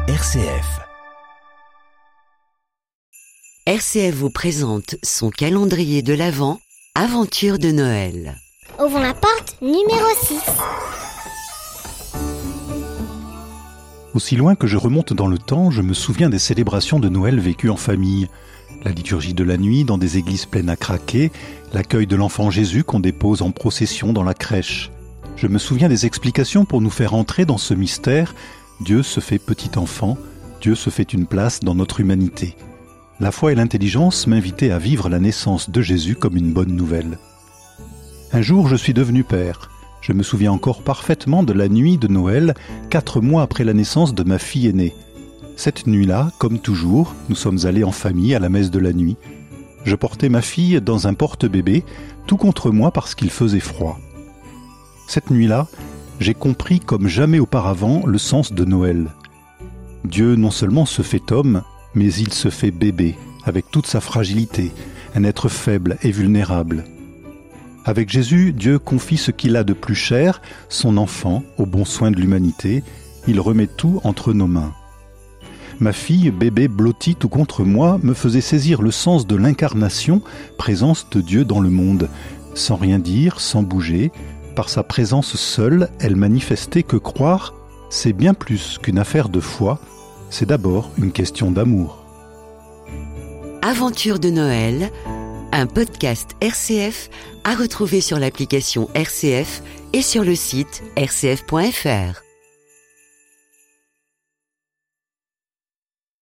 RCF. RCF vous présente son calendrier de l'Avent, Aventure de Noël. Ouvrons la porte numéro 6. Aussi loin que je remonte dans le temps, je me souviens des célébrations de Noël vécues en famille. La liturgie de la nuit dans des églises pleines à craquer, l'accueil de l'enfant Jésus qu'on dépose en procession dans la crèche. Je me souviens des explications pour nous faire entrer dans ce mystère. Dieu se fait petit enfant, Dieu se fait une place dans notre humanité. La foi et l'intelligence m'invitaient à vivre la naissance de Jésus comme une bonne nouvelle. Un jour, je suis devenu père. Je me souviens encore parfaitement de la nuit de Noël, 4 mois après la naissance de ma fille aînée. Cette nuit-là, comme toujours, nous sommes allés en famille à la messe de la nuit. Je portais ma fille dans un porte-bébé, tout contre moi parce qu'il faisait froid. Cette nuit-là, j'ai compris comme jamais auparavant le sens de Noël. Dieu non seulement se fait homme, mais il se fait bébé, avec toute sa fragilité, un être faible et vulnérable. Avec Jésus, Dieu confie ce qu'il a de plus cher, son enfant, au bon soin de l'humanité. Il remet tout entre nos mains. Ma fille, bébé blottie tout contre moi, me faisait saisir le sens de l'incarnation, présence de Dieu dans le monde. Sans rien dire, sans bouger, par sa présence seule, elle manifestait que croire, c'est bien plus qu'une affaire de foi, c'est d'abord une question d'amour. Aventure de Noël, un podcast RCF à retrouver sur l'application RCF et sur le site rcf.fr.